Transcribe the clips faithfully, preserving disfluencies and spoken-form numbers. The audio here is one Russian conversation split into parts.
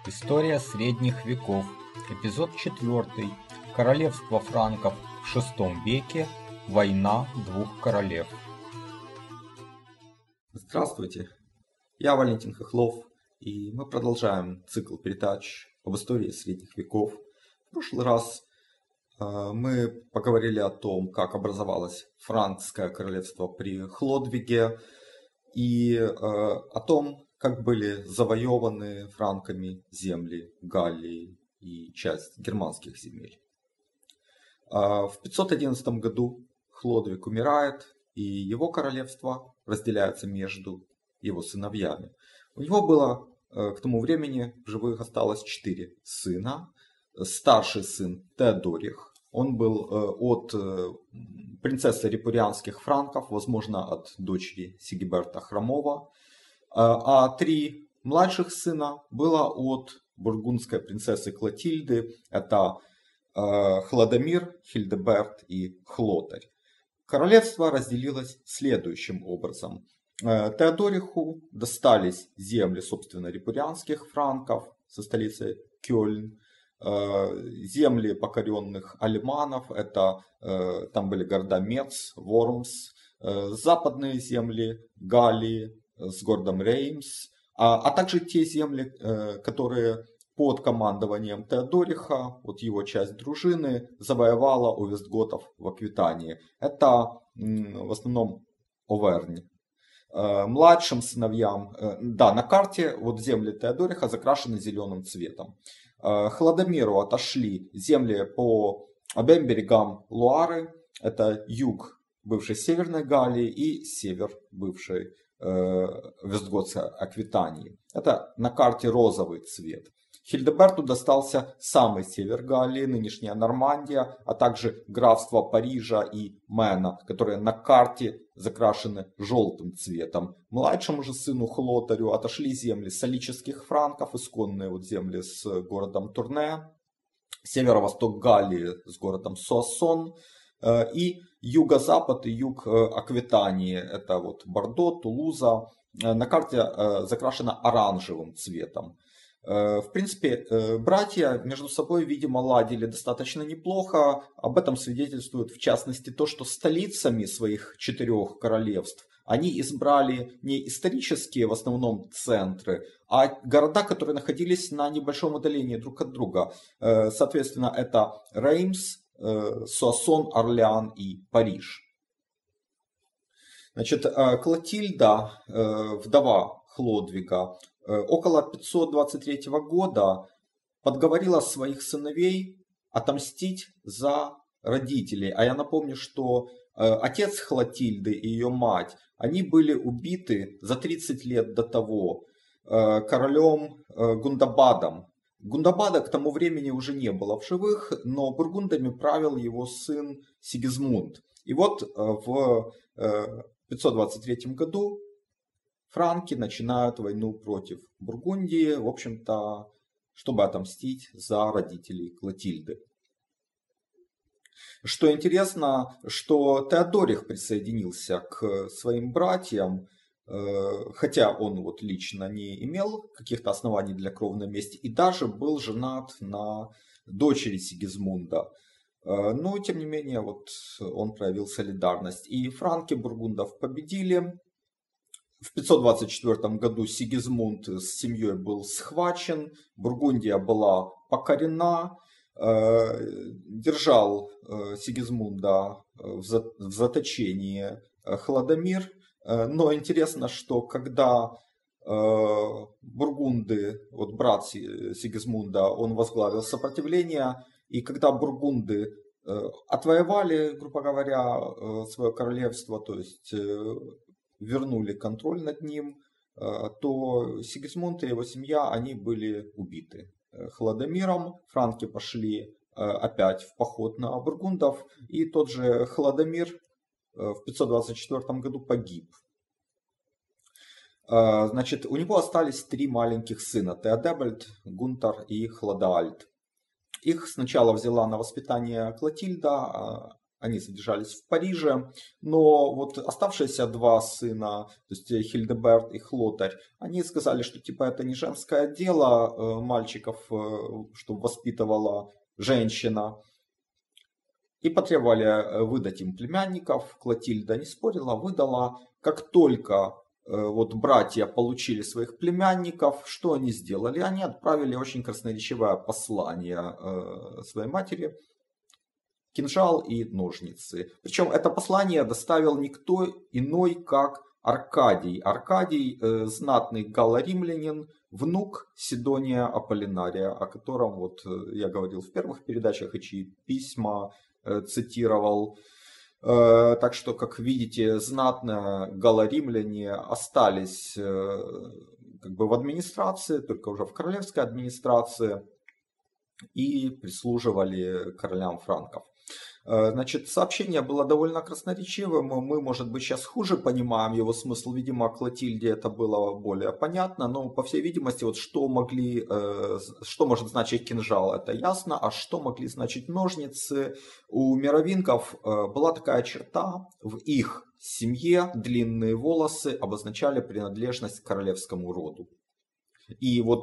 История средних веков. Эпизод четвертый. Королевство франков в шестом веке. Война двух королев. Здравствуйте, я Валентин Хохлов, и мы продолжаем цикл передач об истории средних веков. В прошлый раз э, мы поговорили о том, как образовалось франкское королевство при Хлодвиге, и э, о том, как были завоеваны франками земли Галлии и часть германских земель. Э, в пятьсот одиннадцатом году Хлодвиг умирает, и его королевство разделяется между его сыновьями. У него было э, к тому времени в живых осталось четыре сына. Старший сын Теодорих, он был э, от э, принцессы репурианских франков, возможно, от дочери Сигиберта Хромого. Э, а три младших сына было от бургундской принцессы Клотильды. Это э, Хладомир, Хильдеберт и Хлотарь. Королевство разделилось следующим образом. Теодориху достались земли, собственно, репурианских франков со столицей Кёльн, земли покоренных алеманов, это там были города Мец, Вормс, западные земли Галлии с городом Реймс, а, а также те земли, которые под командованием Теодориха, вот его часть дружины, завоевала у вестготов в Аквитании. Это в основном Овернь. Младшим сыновьям, да, на карте вот земли Теодориха закрашены зеленым цветом. Хладомиру отошли земли по обеим берегам Луары, это юг бывшей Северной Галлии и север бывшей э, вестготской Аквитании. Это на карте розовый цвет. Хильдеберту достался самый север Галлии, нынешняя Нормандия, а также графства Парижа и Мэна, которые на карте закрашены желтым цветом. Младшему же сыну Хлотарю отошли земли солических франков, исконные вот земли с городом Турне, северо-восток Галлии с городом Суассон и юго-запад и юг Аквитании, это вот Бордо, Тулуза, на карте закрашено оранжевым цветом. В принципе, братья между собой, видимо, ладили достаточно неплохо. Об этом свидетельствует, в частности, то, что столицами своих четырех королевств они избрали не исторические, в основном, центры, а города, которые находились на небольшом удалении друг от друга. Соответственно, это Реймс, Суассон, Орлеан и Париж. Значит, Клотильда, вдова Хлодвига, около пятьсот двадцать третьего года подговорила своих сыновей отомстить за родителей. А я напомню, что отец Хлотильды и ее мать, они были убиты за тридцать лет до того королем Гундабадом. Гундабада к тому времени уже не было в живых, но бургундами правил его сын Сигизмунд. И вот в пятьсот двадцать третьем году франки начинают войну против Бургундии, в общем-то, чтобы отомстить за родителей Клотильды. Что интересно, что Теодорих присоединился к своим братьям, хотя он вот лично не имел каких-то оснований для кровной мести и даже был женат на дочери Сигизмунда. Но, тем не менее, вот он проявил солидарность. И франки бургундов победили. В пятьсот двадцать четвёртом году Сигизмунд с семьей был схвачен, Бургундия была покорена, держал Сигизмунда в заточении Хладомир. Но интересно, что когда бургунды, вот брат Сигизмунда, он возглавил сопротивление, и когда бургунды отвоевали, грубо говоря, свое королевство, то есть вернули контроль над ним, то Сигизмунд и его семья, они были убиты Хладомиром. Франки пошли опять в поход на бургундов, и тот же Хладомир в пятьсот двадцать четвёртом году погиб. Значит, у него остались три маленьких сына: Теодебальд, Гунтар и Хладоальд. Их сначала взяла на воспитание Клотильда, они содержались в Париже, но вот оставшиеся два сына, то есть Хильдеберт и Хлотарь, они сказали, что типа это не женское дело мальчиков, чтобы воспитывала женщина, и потребовали выдать им племянников. Клотильда не спорила, выдала. Как только вот братья получили своих племянников, что они сделали? Они отправили очень красноречивое послание своей матери: кинжал и ножницы. Причем это послание доставил никто иной, как Аркадий. Аркадий, э, знатный галло-римлянин, внук Сидония Аполлинария, о котором вот я говорил в первых передачах и чьи письма э, цитировал. Э, так что, как видите, знатные галло-римляне остались э, как бы в администрации, только уже в королевской администрации, и прислуживали королям франков. Значит, сообщение было довольно красноречивым. Мы, может быть, сейчас хуже понимаем его смысл. Видимо, Клотильде это было более понятно. Но, по всей видимости, вот что могли, что может значить кинжал, это ясно. А что могли значить ножницы? У меровингов была такая черта: в их семье длинные волосы обозначали принадлежность к королевскому роду. И вот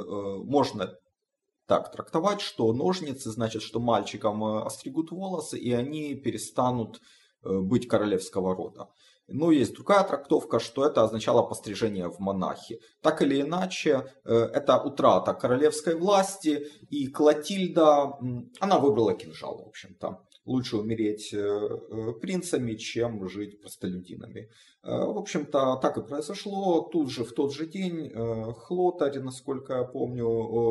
можно так трактовать, что ножницы значит, что мальчикам остригут волосы, и они перестанут быть королевского рода. Но есть другая трактовка, что это означало пострижение в монахи. Так или иначе, это утрата королевской власти, и Клотильда, она выбрала кинжал, в общем-то. Лучше умереть принцами, чем жить простолюдинами. В общем-то, так и произошло. Тут же, в тот же день, Хлотарь, насколько я помню,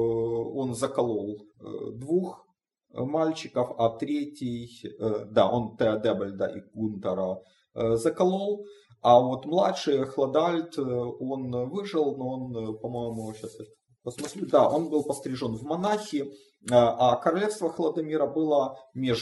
он заколол двух мальчиков, а третий, да, он Теодебальда и Гунтера заколол. А вот младший Хладальд, он выжил, но он, по-моему, сейчас я посмотрю, да, он был пострижен в монахи, а королевство Хладомира было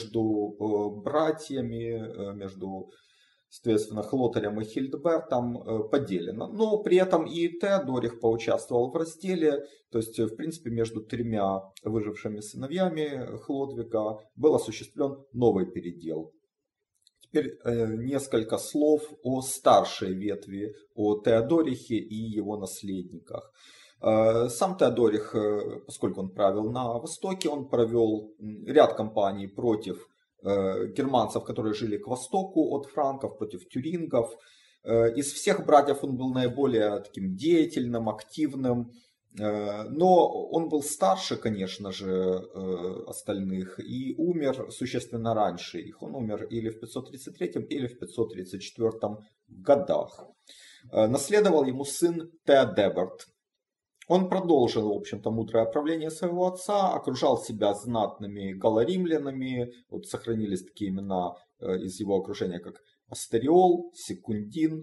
между братьями, между, соответственно, Хлотарем и Хильдебертом поделено. Но при этом и Теодорих поучаствовал в разделе, то есть, в принципе, между тремя выжившими сыновьями Хлодвига был осуществлен новый передел. Теперь э, несколько слов о старшей ветви, о Теодорихе и его наследниках. Э, сам Теодорих, э, поскольку он правил на Востоке, он провел ряд кампаний против э, германцев, которые жили к востоку от франков, против тюрингов. Э, из всех братьев он был наиболее таким деятельным, активным. Но он был старше, конечно же, остальных и умер существенно раньше их. Он умер или в пятьсот тридцать третьем, или в пятьсот тридцать четвёртом годах. Наследовал ему сын Теодеберт. Он продолжил, в общем-то, мудрое правление своего отца, окружал себя знатными галло-римлянами. Вот сохранились такие имена из его окружения, как Астериол, Секундин,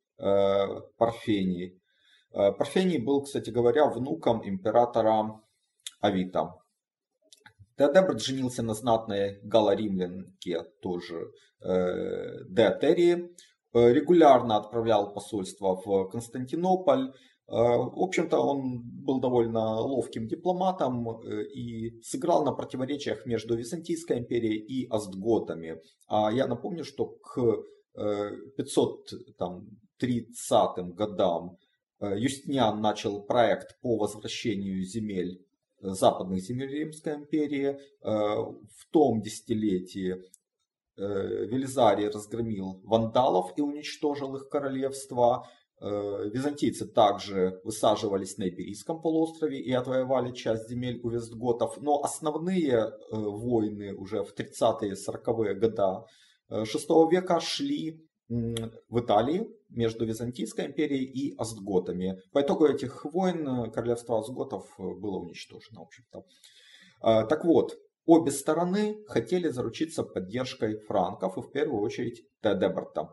Парфений. Парфений был, кстати говоря, внуком императора Авита. Теодеберт женился на знатной галло-римлянке, тоже э, Деотерии. Регулярно отправлял посольства в Константинополь. Э, в общем-то, он был довольно ловким дипломатом и сыграл на противоречиях между Византийской империей и остготами. А я напомню, что к э, пятьсот тридцатым годам Юстиниан начал проект по возвращению земель, западных земель Римской империи. В том десятилетии Велизарий разгромил вандалов и уничтожил их королевство. Византийцы также высаживались на Иберийском полуострове и отвоевали часть земель у вестготов. Но основные войны уже в тридцатые-сороковые годы шестого века шли в Италии между Византийской империей и остготами. По итогу этих войн королевство остготов было уничтожено, в общем-то. Так вот, обе стороны хотели заручиться поддержкой франков, и в первую очередь Теодеберта.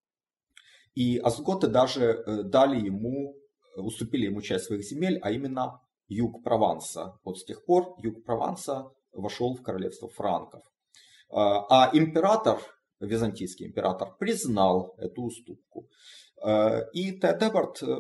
И остготы даже дали ему, уступили ему часть своих земель, а именно юг Прованса. Вот с тех пор юг Прованса вошел в королевство франков. А император, византийский император, признал эту уступку. И Теодеберт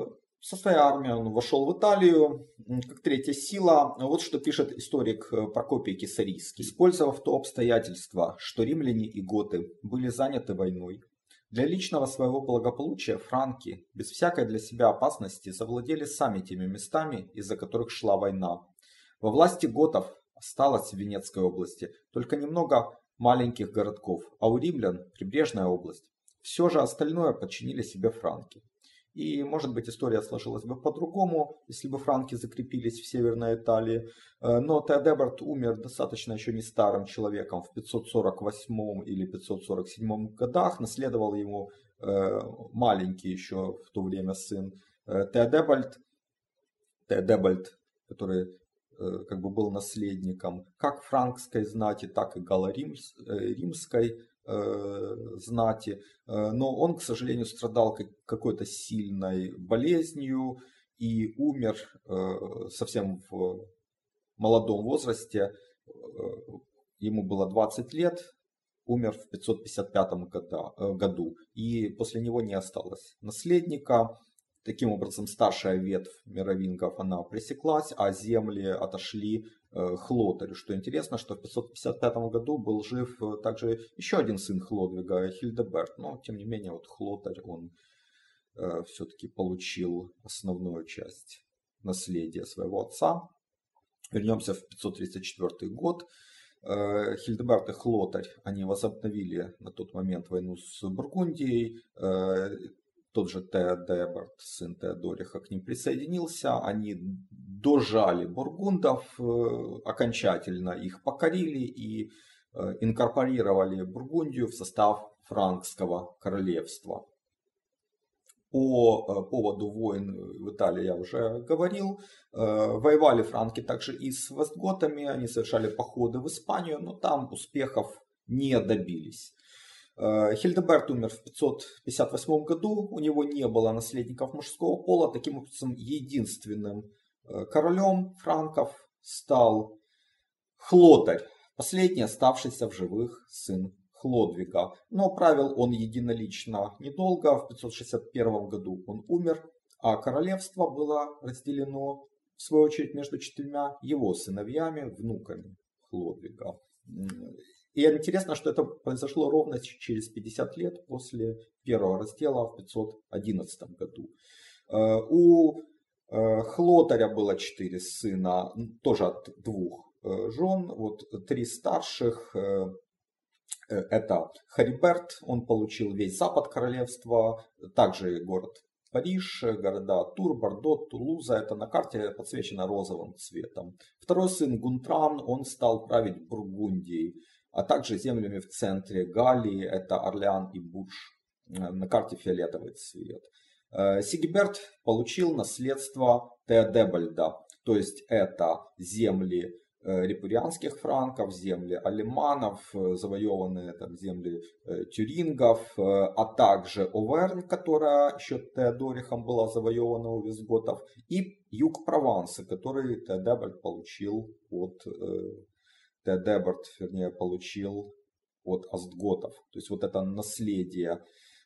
со своей армией он вошел в Италию как третья сила. Вот что пишет историк Прокопий Кесарийский. Использовав то обстоятельство, что римляне и готы были заняты войной, для личного своего благополучия франки, без всякой для себя опасности, завладели сами теми местами, из-за которых шла война. Во власти готов осталось в Венецкой области только немного маленьких городков, а у римлян прибрежная область. Все же остальное подчинили себе франки. И, может быть, история сложилась бы по-другому, если бы франки закрепились в Северной Италии. Но Теодеберт умер достаточно еще не старым человеком в пятьсот сорок восьмом или пятьсот сорок седьмом годах. Наследовал ему маленький еще в то время сын Теодебальд, Теодебальд, который как бы был наследником как франкской знати, так и галло-римской знати, но он, к сожалению, страдал какой-то сильной болезнью и умер совсем в молодом возрасте, ему было двадцать лет, умер в пятьсот пятьдесят пятом году, и после него не осталось наследника. Таким образом, старшая ветвь мировингов она пресеклась, а земли отошли Хлотарю. Что интересно, что в пятьсот пятьдесят пятом году был жив также еще один сын Хлодвига, Хильдеберт. Но, тем не менее, вот Хлотарь, он э, все-таки получил основную часть наследия своего отца. Вернемся в пятьсот тридцать четвёртый год. Э, Хильдеберт и Хлотарь, они возобновили на тот момент войну с Бургундией. Э, Тот же Теодеберт, сын Теодориха, к ним присоединился. Они дожали бургундов, окончательно их покорили и инкорпорировали Бургундию в состав франкского королевства. По поводу войн в Италии я уже говорил. Воевали франки также и с вестготами. Они совершали походы в Испанию, но там успехов не добились. Хильдеберт умер в пятьсот пятьдесят восьмом году, у него не было наследников мужского пола, таким образом единственным королем франков стал Хлотарь, последний оставшийся в живых сын Хлодвига. Но правил он единолично недолго, в пятьсот шестьдесят первом году он умер, а королевство было разделено в свою очередь между четырьмя его сыновьями, внуками Хлодвига. И интересно, что это произошло ровно через пятьдесят лет после первого раздела в пятьсот одиннадцатом году. У Хлотаря было четыре сына, тоже от двух жен. Вот три старших, это Хариберт, он получил весь запад королевства, также город Париж, города Тур, Бордо, Тулуза, это на карте подсвечено розовым цветом. Второй сын Гунтрам, он стал править Бургундией, а также землями в центре Галлии, это Орлеан и Бурж, на карте фиолетовый цвет. Сигиберт получил наследство Теодебальда, то есть это земли репурианских франков, земли алеманов, завоеванные там, земли тюрингов, а также Овернь, которая еще Теодорихом была завоевана у визготов, и юг Прованса, который Теодебальд получил от Теодеберт, вернее, получил от остготов. То есть вот это наследие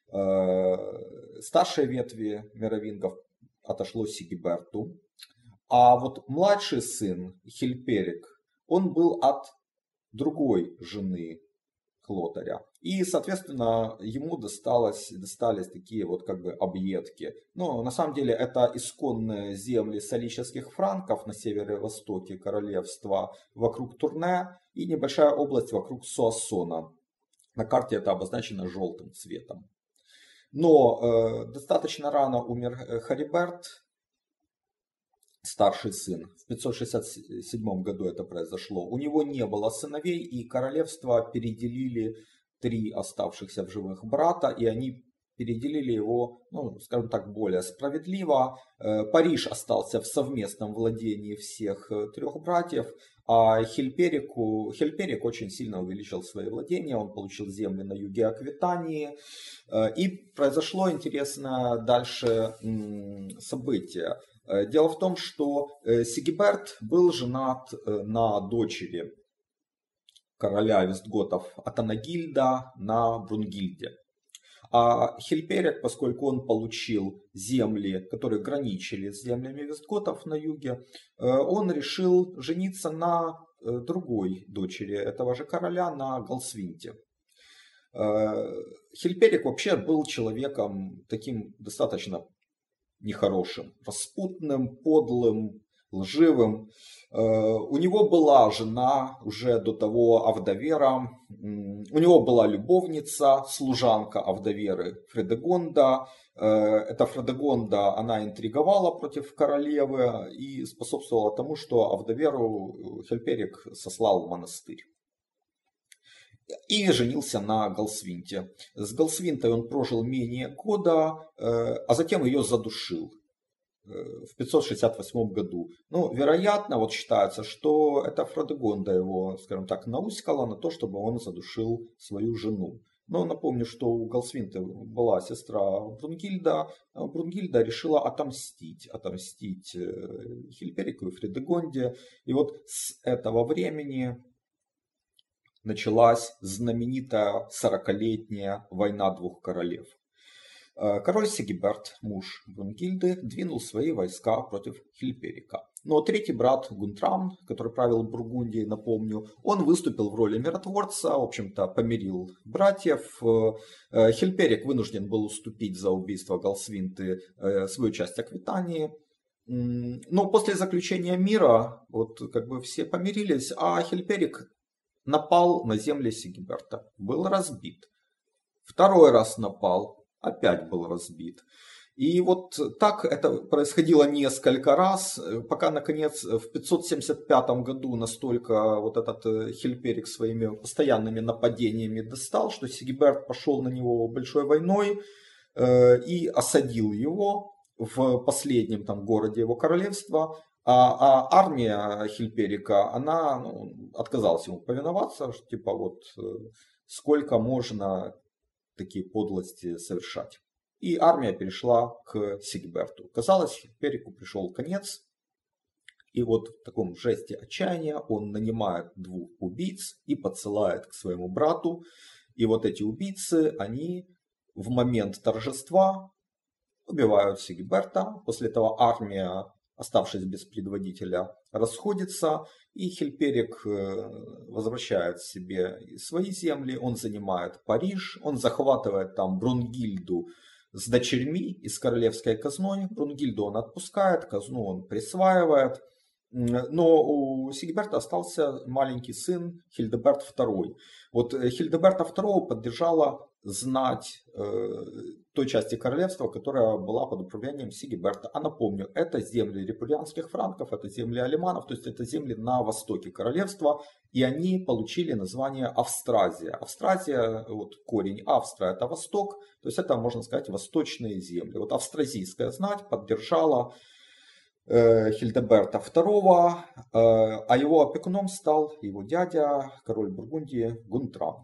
старшей ветви мировингов отошло Сигиберту. А вот младший сын Хильперик, он был от другой жены Хлотаря. И, соответственно, ему досталось, достались такие вот как бы объедки. Но на самом деле это исконные земли солических франков на северо-востоке королевства вокруг Турне и небольшая область вокруг Суассона. На карте это обозначено желтым цветом. Но э, достаточно рано умер Хариберт, старший сын. В пятьсот шестьдесят седьмом году это произошло. У него не было сыновей, и королевство переделили три оставшихся в живых брата, и они переделили его, ну, скажем так, более справедливо. Париж остался в совместном владении всех трех братьев, а Хильперику, Хильперик очень сильно увеличил свои владения, он получил земли на юге Аквитании. И произошло интересное дальше событие. Дело в том, что Сигиберт был женат на дочери короля вестготов Атанагильда на Брунгильде. А Хильперик, поскольку он получил земли, которые граничили с землями вестготов на юге, он решил жениться на другой дочери этого же короля, на Галсвинте. Хильперик вообще был человеком таким достаточно нехорошим, распутным, подлым, лживым. У него была жена уже до того Авдовера, у него была любовница, служанка Авдоверы Фредегонда. Эта Фредегонда, она интриговала против королевы и способствовала тому, что Авдоверу Хильперик сослал в монастырь. И женился на Галсвинте. С Галсвинтой он прожил менее года, а затем ее задушил в пятьсот шестьдесят восьмом году. Ну, вероятно, вот считается, что эта Фредегонда его, скажем так, науськала на то, чтобы он задушил свою жену. Но напомню, что у Галсвинты была сестра Брунгильда. Брунгильда решила отомстить, отомстить Хильперику и Фредегонде. И вот с этого времени началась знаменитая сорокалетняя война двух королев. Король Сигиберт, муж Брунгильды, двинул свои войска против Хильперика. Но третий брат Гунтрам, который правил Бургундией, напомню, он выступил в роли миротворца, в общем-то помирил братьев. Хильперик вынужден был уступить за убийство Галсвинты свою часть Аквитании. Но после заключения мира вот как бы все помирились, а Хильперик напал на земли Сигиберта, был разбит. Второй раз напал, опять был разбит. И вот так это происходило несколько раз, пока наконец в пятьсот семьдесят пятом году настолько вот этот Хильперик своими постоянными нападениями достал, что Сигиберт пошел на него большой войной и осадил его в последнем там городе его королевства. А, а армия Хильперика, она ну, отказалась ему повиноваться, что типа вот сколько можно такие подлости совершать. И армия перешла к Сигиберту. Казалось, Хильперику пришел конец. И вот в таком жесте отчаяния он нанимает двух убийц и подсылает к своему брату. И вот эти убийцы, они в момент торжества убивают Сигиберта. После этого армия, оставшись без предводителя, расходится, и Хильперик возвращает себе свои земли, он занимает Париж, он захватывает там Брунгильду с дочерьми и с королевской казной. Брунгильду он отпускает, казну он присваивает, но у Сигиберта остался маленький сын Хильдеберт второй. Вот Хильдеберта второго поддержала знать э, той части королевства, которая была под управлением Сигиберта. А напомню, это земли репурианских франков, это земли алеманов, то есть это земли на востоке королевства, и они получили название Австразия. Австразия, вот корень Австра, это восток, то есть это, можно сказать, восточные земли. Вот австразийская знать поддержала э, Хильдеберта второго, э, а его опекуном стал его дядя, король Бургундии Гунтрам.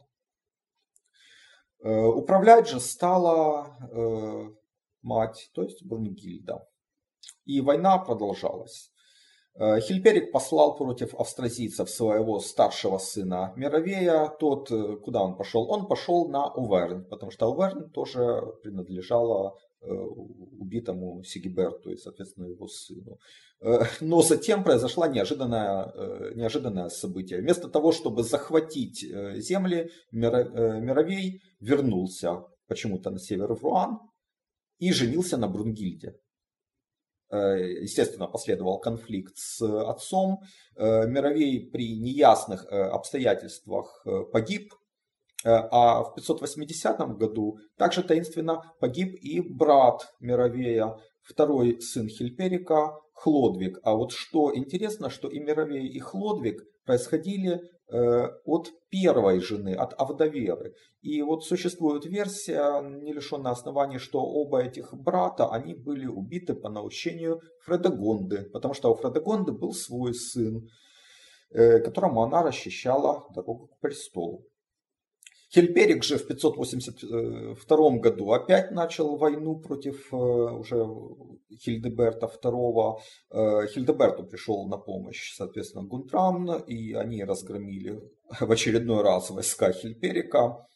Управлять же стала э, мать, то есть Брунгильда. И война продолжалась. Э, Хильперик послал против австразийцев своего старшего сына Мировея. Тот, куда он пошел? Он пошел на Овернь, потому что Овернь тоже принадлежала э, убитому Сигиберту и, соответственно, его сыну. Э, но затем произошло неожиданное, э, неожиданное событие. Вместо того, чтобы захватить э, земли, Миро, э, Мировей вернулся почему-то на север в Руан и женился на Брунгильде. Естественно, последовал конфликт с отцом. Мировей при неясных обстоятельствах погиб, а в пятьсот восьмидесятом году также таинственно погиб и брат Мировея, второй сын Хильперика, Хлодвиг. А вот что интересно, что и Мировей, и Хлодвиг происходили от первой жены, от Авдоверы. И вот существует версия, не лишенная оснований, что оба этих брата, они были убиты по наущению Фредегонды, потому что у Фредегонды был свой сын, которому она расчищала дорогу к престолу. Хильперик же в пятьсот восемьдесят втором году опять начал войну против уже Хильдеберта второго. Хильдеберту пришел на помощь, соответственно, Гунтрам, и они разгромили в очередной раз войска Хильперика.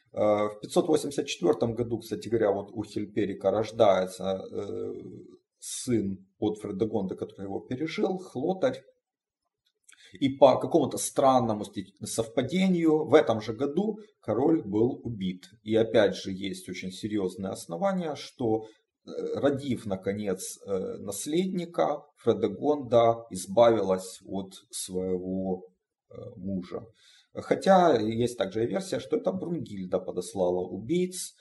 В пятьсот восемьдесят четвёртом году, кстати говоря, вот у Хильперика рождается сын от Фредегонды, который его пережил, Хлотарь. И по какому-то странному совпадению в этом же году король был убит. И опять же есть очень серьезное основание, что родив наконец наследника, Фредегонда избавилась от своего мужа. Хотя есть также и версия, что это Брунгильда подослала убийц,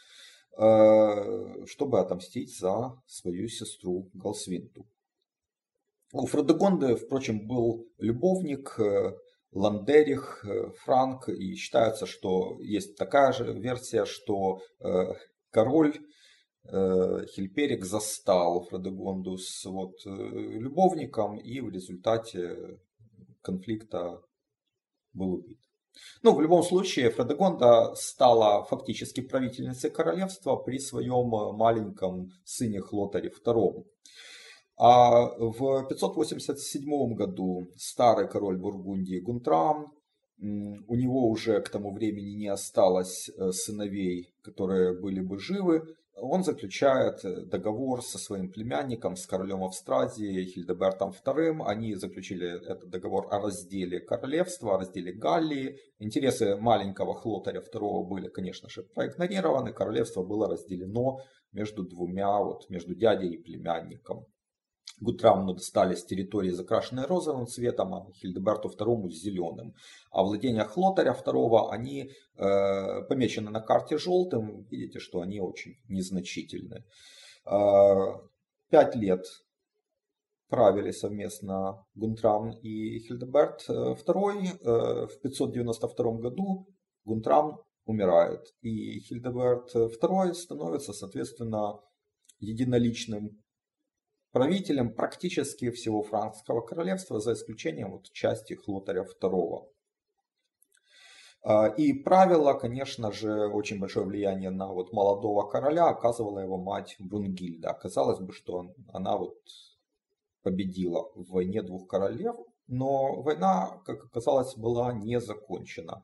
чтобы отомстить за свою сестру Галсвинту. У Фредегонды, впрочем, был любовник Ландерих Франк, и считается, что есть такая же версия, что король Хильперик застал Фредегонду с вот любовником, и в результате конфликта был убит. Ну, в любом случае, Фредегонда стала фактически правительницей королевства при своем маленьком сыне Хлотаре втором. А в пятьсот восемьдесят седьмом году старый король Бургундии Гунтрам, у него уже к тому времени не осталось сыновей, которые были бы живы, он заключает договор со своим племянником, с королем Австразии Хильдебертом вторым. Они заключили этот договор о разделе королевства, о разделе Галлии. Интересы маленького Хлотаря второго были, конечно же, проигнорированы. Королевство было разделено между двумя, вот, между дядей и племянником. Гутрамну достались территории, закрашенные розовым цветом, а Хильдеберту второму зеленым. А владения Хлотаря второго, они э, помечены на карте желтым. Видите, что они очень незначительны. Э, пять лет правили совместно Гунтрам и Хильдеберт второй. Э, в пятьсот девяносто втором году Гунтрам умирает. И Хильдеберт второй становится, соответственно, единоличным правителем практически всего франкского королевства, за исключением вот части Хлотаря второго. И правила, конечно же, очень большое влияние на вот молодого короля оказывала его мать Брунгильда. Казалось бы, что она вот победила в войне двух королев, но война, как оказалось, была не закончена.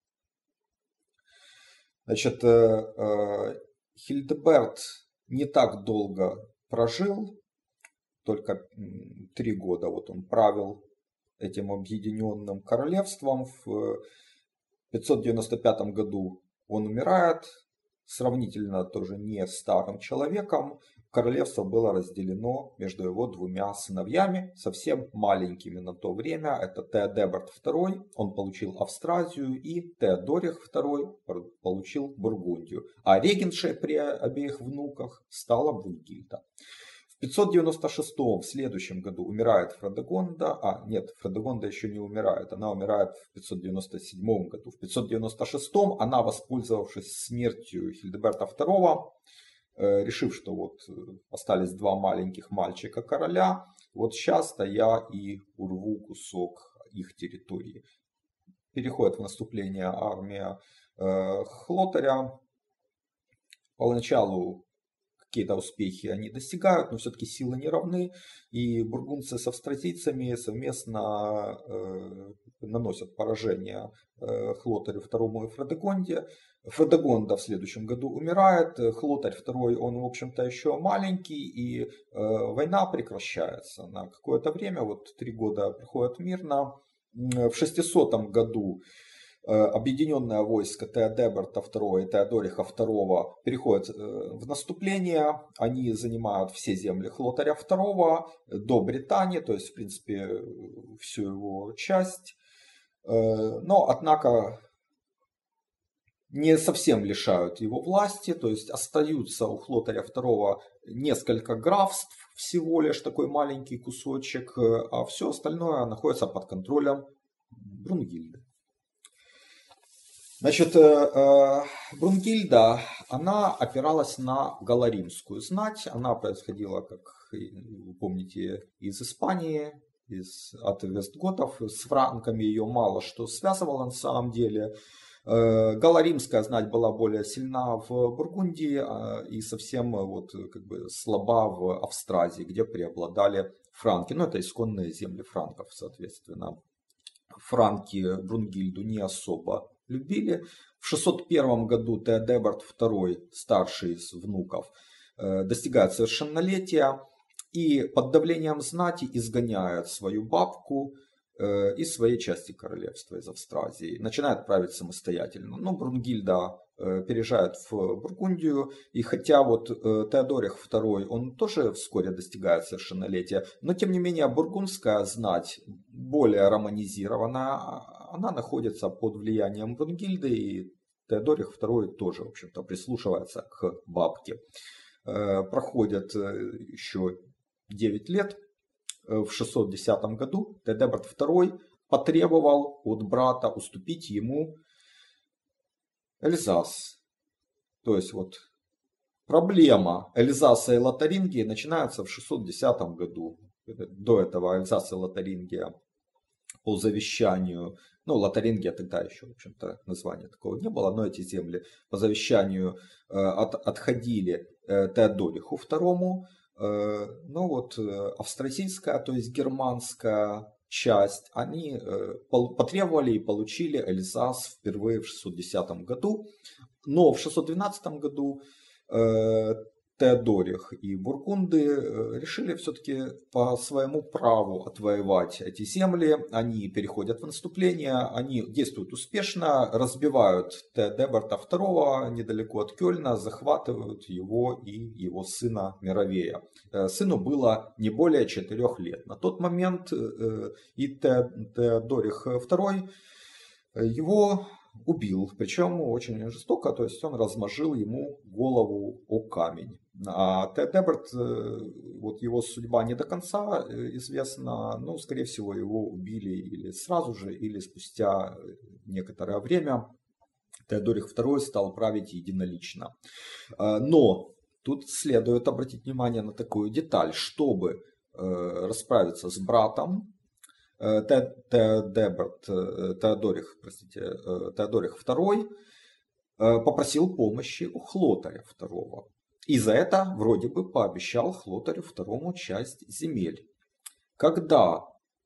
Значит, Хильдеберт не так долго прожил, только три года вот он правил этим объединенным королевством. В пятьсот девяносто пятом году он умирает, сравнительно тоже не старым человеком. Королевство было разделено между его двумя сыновьями, совсем маленькими на то время. Это Теодеберт второй, он получил Австразию, и Теодорих второй получил Бургундию. А регеншей при обеих внуках стала Брунгильда. В пятьсот девяносто шестом, в следующем году, умирает Фредегонда. А, нет, Фредегонда еще не умирает. Она умирает в пятьсот девяносто седьмом году. В пятьсот девяносто шестом она, воспользовавшись смертью Хильдеберта второго, э, решив, что вот остались два маленьких мальчика короля, вот сейчас-то я и урву кусок их территории. Переходит в наступление армия э, Хлотаря. Поначалу какие-то успехи они достигают, но все-таки силы не равны, и бургундцы с австразийцами совместно э, наносят поражение э, Хлотарю второму и Фредегонде. Фредегонда в следующем году умирает, Хлотарь второй, он, в общем-то, еще маленький, и э, война прекращается на какое-то время, вот три года проходит мирно. В шестисотом году объединенное войско Теодеберта второго и Теодориха второго переходит в наступление. Они занимают все земли Хлотаря второго до Британии, то есть, в принципе, всю его часть. Но, однако, не совсем лишают его власти, то есть остаются у Хлотаря второго несколько графств, всего лишь такой маленький кусочек, а все остальное находится под контролем Брунгильды. Значит, Брунгильда, она опиралась на галлоримскую знать. Она происходила, как вы помните, из Испании, из, от вестготов. С франками ее мало что связывало на самом деле. Галлоримская знать была более сильна в Бургундии и совсем вот, как бы, слаба в Австразии, где преобладали франки. Ну, это исконные земли франков, соответственно. Франки Брунгильду не особо любили. В шестьсот первом году Теодеберт второй, старший из внуков, достигает совершеннолетия и под давлением знати изгоняет свою бабку из своей части королевства, из Австразии. Начинает править самостоятельно. Но Брунгильда переезжает в Бургундию, и хотя вот Теодорих второй, он тоже вскоре достигает совершеннолетия, но тем не менее бургундская знать более романизированная, она находится под влиянием Брунгильды, и Теодорих второй тоже, в общем-то, прислушивается к бабке. Проходит еще девять лет. В шестьсот десятом году Теодеберт второй потребовал от брата уступить ему Эльзас. То есть вот проблема Эльзаса и Лотарингии начинается в шестьсот десятом году. До этого Эльзас и Лотарингия по завещанию, ну Лотарингия тогда еще, в общем-то, названия такого не было, но эти земли по завещанию от, отходили Теодориху второму. Но вот австразийская, то есть германская часть, они потребовали и получили Эльзас впервые в шестьсот десятом году. Но в шестьсот двенадцатом году Теодорих и бургунды решили все-таки по своему праву отвоевать эти земли. Они переходят в наступление, они действуют успешно, разбивают Теодеберта второго недалеко от Кёльна, захватывают его и его сына Мировея. Сыну было не более четырех лет. На тот момент и Теодорих второй его убил, причем очень жестоко, то есть он размозжил ему голову о камень. А Теодеберт, вот его судьба не до конца известна, но скорее всего его убили или сразу же, или спустя некоторое время. Теодорих второй стал править единолично. Но тут следует обратить внимание на такую деталь, чтобы расправиться с братом, Теодеберт, Теодорих, простите, Теодорих второй попросил помощи у Хлотаря второго. И за это вроде бы пообещал Хлотарю второму часть земель. Когда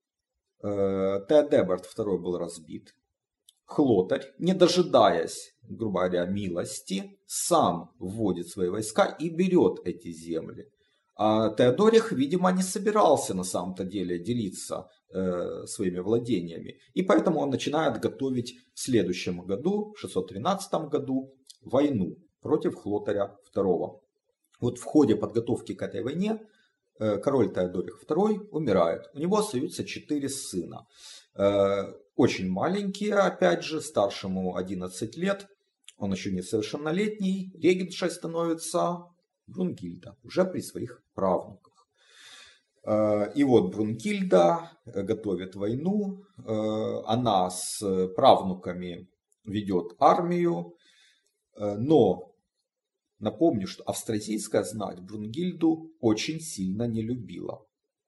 Теодеберт второй был разбит, Хлотарь, не дожидаясь, грубо говоря, милости, сам вводит свои войска и берет эти земли. А Теодорих, видимо, не собирался на самом-то деле делиться э, своими владениями. И поэтому он начинает готовить в следующем году, в шестьсот тринадцатом году, войну против Хлотаря второго. Вот в ходе подготовки к этой войне э, король Теодорих второй умирает. У него остаются четыре сына. Э, очень маленькие, опять же, старшему одиннадцать лет. Он еще несовершеннолетний. Регентшей становится Брунгильда, уже при своих правнуках. И вот Брунгильда готовит войну, она с правнуками ведет армию, но напомню, что австразийская знать Брунгильду очень сильно не любила.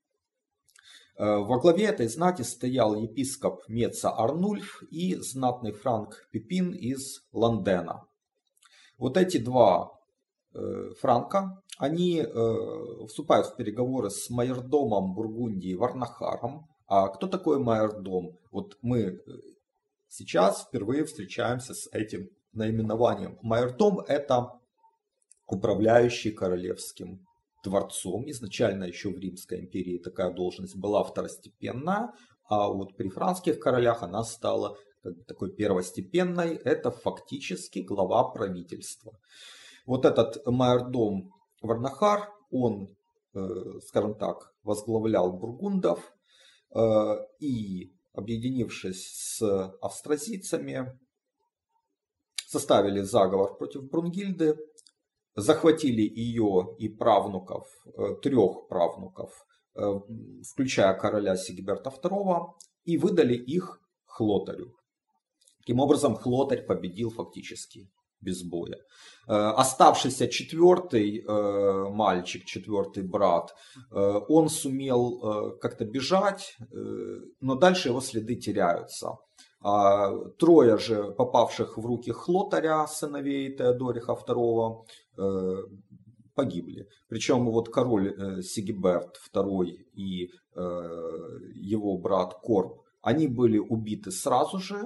Во главе этой знати стоял епископ Меца Арнульф и знатный франк Пипин из Ландена. Вот эти два франка, они э, вступают в переговоры с майордомом Бургундии Варнахаром. А кто такой майордом? Вот мы сейчас впервые встречаемся с этим наименованием. Майордом — это управляющий королевским дворцом. Изначально еще в Римской империи такая должность была второстепенная, а вот при франкских королях она стала как бы такой первостепенной. Это фактически глава правительства. Вот этот майордом Варнахар, он, скажем так, возглавлял бургундов и, объединившись с австразийцами, составили заговор против Брунгильды, захватили ее и правнуков, трех правнуков, включая короля Сигиберта второго, и выдали их Хлотарю. Таким образом, Хлотарь победил фактически без боя. Оставшийся четвертый мальчик, четвертый брат, он сумел как-то бежать, но дальше его следы теряются. Трое же попавших в руки Хлотаря, сыновей Теодориха второго, погибли. Причем вот король Сигиберт второй и его брат Корп, они были убиты сразу же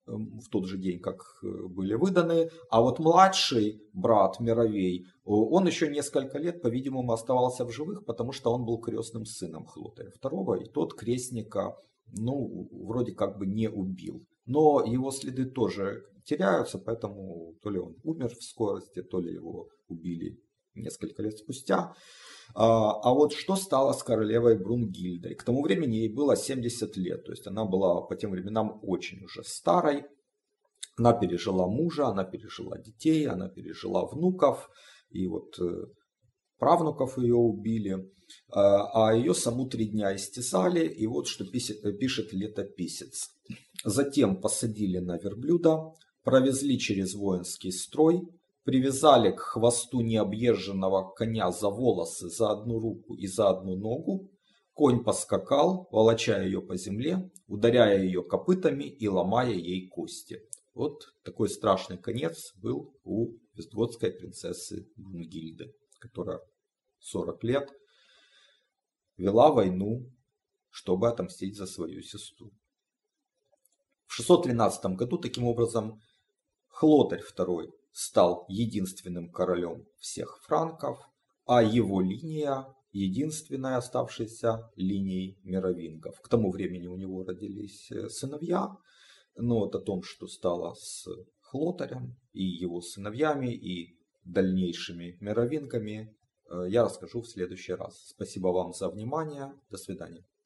в тот же день, как были выданы. А вот младший брат Мировей, он еще несколько лет, по-видимому, оставался в живых, потому что он был крестным сыном Хлотаря второго, и тот крестника, ну, вроде как бы не убил. Но его следы тоже теряются, поэтому то ли он умер в скорости, то ли его убили несколько лет спустя. А вот что стало с королевой Брунгильдой? К тому времени ей было семьдесят лет, то есть она была по тем временам очень уже старой. Она пережила мужа, она пережила детей, она пережила внуков, и вот правнуков ее убили. А ее саму три дня истязали, и вот что пишет летописец. Затем посадили на верблюда, провезли через воинский строй, привязали к хвосту необъезженного коня за волосы, за одну руку и за одну ногу. Конь поскакал, волоча ее по земле, ударяя ее копытами и ломая ей кости. Вот такой страшный конец был у вестготской принцессы Брунгильды, которая сорок лет вела войну, чтобы отомстить за свою сестру. В шестьсот тринадцатом году, таким образом, Хлотарь второй стал единственным королем всех франков, а его линия единственной оставшейся линией мировингов. К тому времени у него родились сыновья, но вот о том, что стало с Хлотарем и его сыновьями и дальнейшими мировингами, я расскажу в следующий раз. Спасибо вам за внимание. До свидания.